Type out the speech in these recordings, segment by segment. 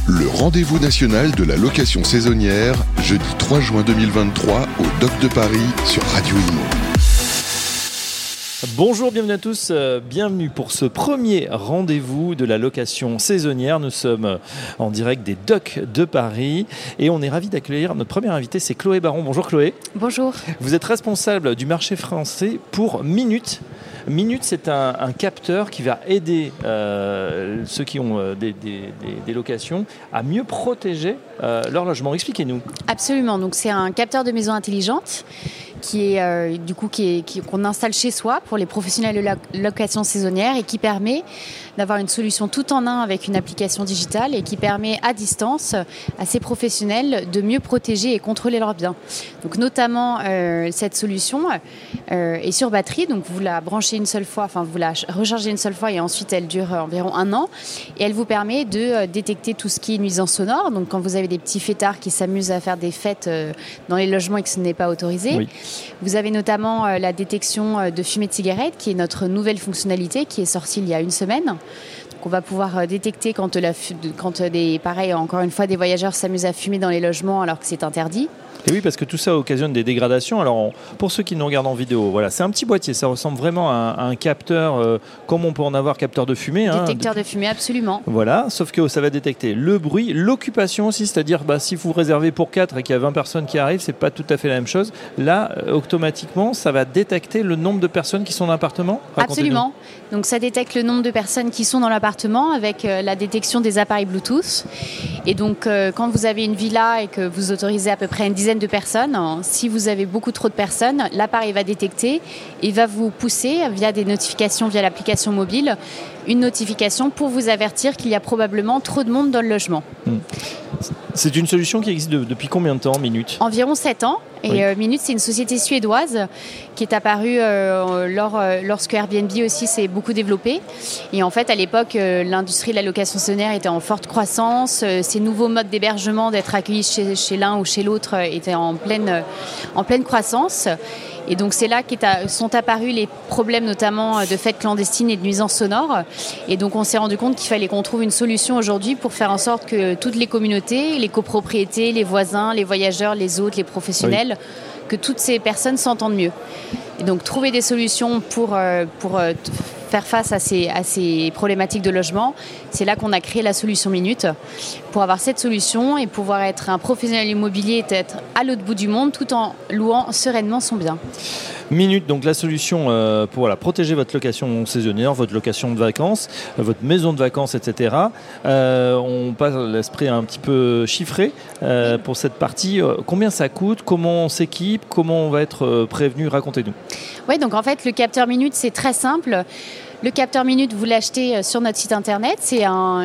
Le rendez-vous national de la location saisonnière, jeudi 3 juin 2023 au Dock de Paris sur Radio Imo. Bonjour, bienvenue à tous, bienvenue pour ce premier rendez-vous de la location saisonnière. Nous sommes en direct des Docks de Paris et on est ravis d'accueillir notre première invitée, c'est Chloé Baron. Bonjour Chloé. Bonjour. Vous êtes responsable du marché français pour Minute. Minute, c'est un capteur qui va aider ceux qui ont des locations à mieux protéger leur logement. Expliquez-nous. Absolument. Donc c'est un capteur de maison intelligente qu'on installe chez soi pour les professionnels de la location saisonnière et qui permet d'avoir une solution tout en un avec une application digitale et qui permet à distance à ces professionnels de mieux protéger et contrôler leurs biens. Donc notamment cette solution est sur batterie, donc vous la branchez une seule fois, enfin vous la rechargez une seule fois et ensuite elle dure environ 1 an et elle vous permet de détecter tout ce qui est nuisance sonore. Donc quand vous avez des petits fêtards qui s'amusent à faire des fêtes dans les logements et que ce n'est pas autorisé. Oui. Vous avez notamment la détection de fumée de cigarette qui est notre nouvelle fonctionnalité qui est sortie il y a 1 semaine. Donc on va pouvoir détecter quand encore une fois, des voyageurs s'amusent à fumer dans les logements alors que c'est interdit. Et oui, parce que tout ça occasionne des dégradations. Alors, pour ceux qui nous regardent en vidéo, voilà, c'est un petit boîtier. Ça ressemble vraiment à un capteur, comme on peut en avoir capteur de fumée. Détecteur de fumée, absolument. Voilà, sauf que ça va détecter le bruit, l'occupation aussi, c'est-à-dire si vous réservez pour 4 et qu'il y a 20 personnes qui arrivent, c'est pas tout à fait la même chose. Là, automatiquement, ça va détecter le nombre de personnes qui sont dans l'appartement. Absolument. Donc, ça détecte le nombre de personnes qui sont dans l'appartement avec la détection des appareils Bluetooth. Et donc, quand vous avez une villa et que vous autorisez à peu près une dizaine de personnes, si vous avez beaucoup trop de personnes, l'appareil va détecter et va vous pousser via des notifications via l'application mobile, une notification pour vous avertir qu'il y a probablement trop de monde dans le logement. C'est une solution qui existe depuis combien de temps, Minute ? Environ 7 ans. Et oui. Minute, c'est une société suédoise qui est apparue lorsque Airbnb aussi s'est beaucoup développé. Et en fait, à l'époque, l'industrie de la location saisonnière était en forte croissance. Ces nouveaux modes d'hébergement, d'être accueillis chez l'un ou chez l'autre, étaient en pleine croissance. Et donc c'est là sont apparus les problèmes notamment de fêtes clandestines et de nuisances sonores. Et donc on s'est rendu compte qu'il fallait qu'on trouve une solution aujourd'hui pour faire en sorte que toutes les communautés, les copropriétés, les voisins, les voyageurs, les hôtes, les professionnels, que toutes ces personnes s'entendent mieux. Et donc trouver des solutions pour faire face à ces problématiques de logement, c'est là qu'on a créé la solution Minute pour avoir cette solution et pouvoir être un professionnel immobilier et être à l'autre bout du monde tout en louant sereinement son bien. Minute, donc la solution pour protéger votre location saisonnière, votre location de vacances, votre maison de vacances, etc. On passe l'esprit un petit peu chiffré pour cette partie. Combien ça coûte ? Comment on s'équipe ? Comment on va être prévenu ? Racontez-nous. Oui, donc en fait, le capteur Minute, c'est très simple. Le capteur Minute, vous l'achetez sur notre site internet. C'est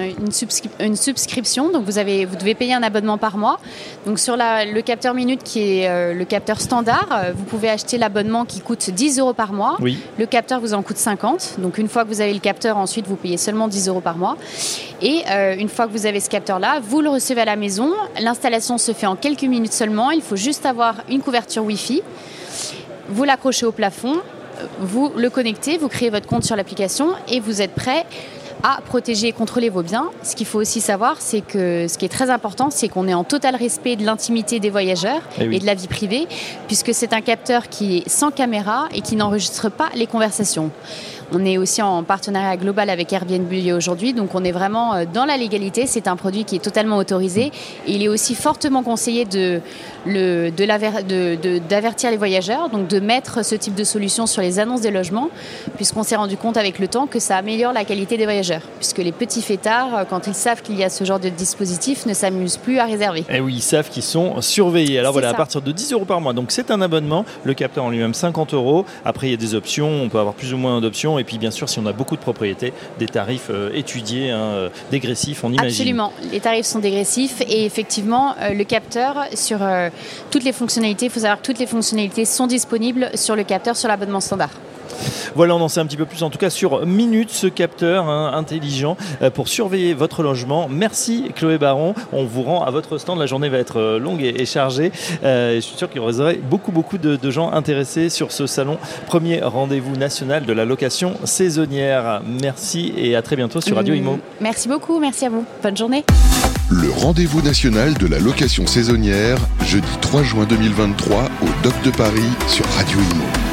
une subscription, donc vous devez payer un abonnement par mois. Donc sur le capteur Minute, qui est le capteur standard, vous pouvez acheter l'abonnement qui coûte 10 € par mois. Oui. Le capteur vous en coûte 50. Donc une fois que vous avez le capteur, ensuite vous payez seulement 10 € par mois. Et une fois que vous avez ce capteur-là, vous le recevez à la maison. L'installation se fait en quelques minutes seulement. Il faut juste avoir une couverture Wi-Fi. Vous l'accrochez au plafond. Vous le connectez, vous créez votre compte sur l'application et vous êtes prêt à protéger et contrôler vos biens. Ce qu'il faut aussi savoir, c'est que ce qui est très important, c'est qu'on est en total respect de l'intimité des voyageurs et de la vie privée, puisque c'est un capteur qui est sans caméra et qui n'enregistre pas les conversations. On est aussi en partenariat global avec Airbnb aujourd'hui, donc on est vraiment dans la légalité. C'est un produit qui est totalement autorisé et il est aussi fortement conseillé d'avertir les voyageurs, donc de mettre ce type de solution sur les annonces des logements, puisqu'on s'est rendu compte avec le temps que ça améliore la qualité des voyageurs, puisque les petits fêtards, quand ils savent qu'il y a ce genre de dispositif, ne s'amusent plus à réserver. Et oui, ils savent qu'ils sont surveillés. Alors voilà, à partir de 10 € par mois, donc c'est un abonnement, le capteur en lui-même 50 €. Après, il y a des options, on peut avoir plus ou moins d'options. Et puis bien sûr, si on a beaucoup de propriétés, des tarifs étudiés, dégressifs, on imagine. Absolument, les tarifs sont dégressifs et effectivement, le capteur sur toutes les fonctionnalités, il faut savoir que toutes les fonctionnalités sont disponibles sur le capteur sur l'abonnement standard. Voilà, on en sait un petit peu plus en tout cas sur Minute, ce capteur intelligent pour surveiller votre logement. Merci Chloé Baron, on vous rend à votre stand, la journée va être longue et chargée. Je suis sûr qu'il y aurait beaucoup de gens intéressés sur ce salon, premier rendez-vous national de la location saisonnière. Merci et à très bientôt sur Radio Imo. Merci beaucoup, merci à vous. Bonne journée. Le rendez-vous national de la location saisonnière, jeudi 3 juin 2023 au Dock de Paris sur Radio Imo.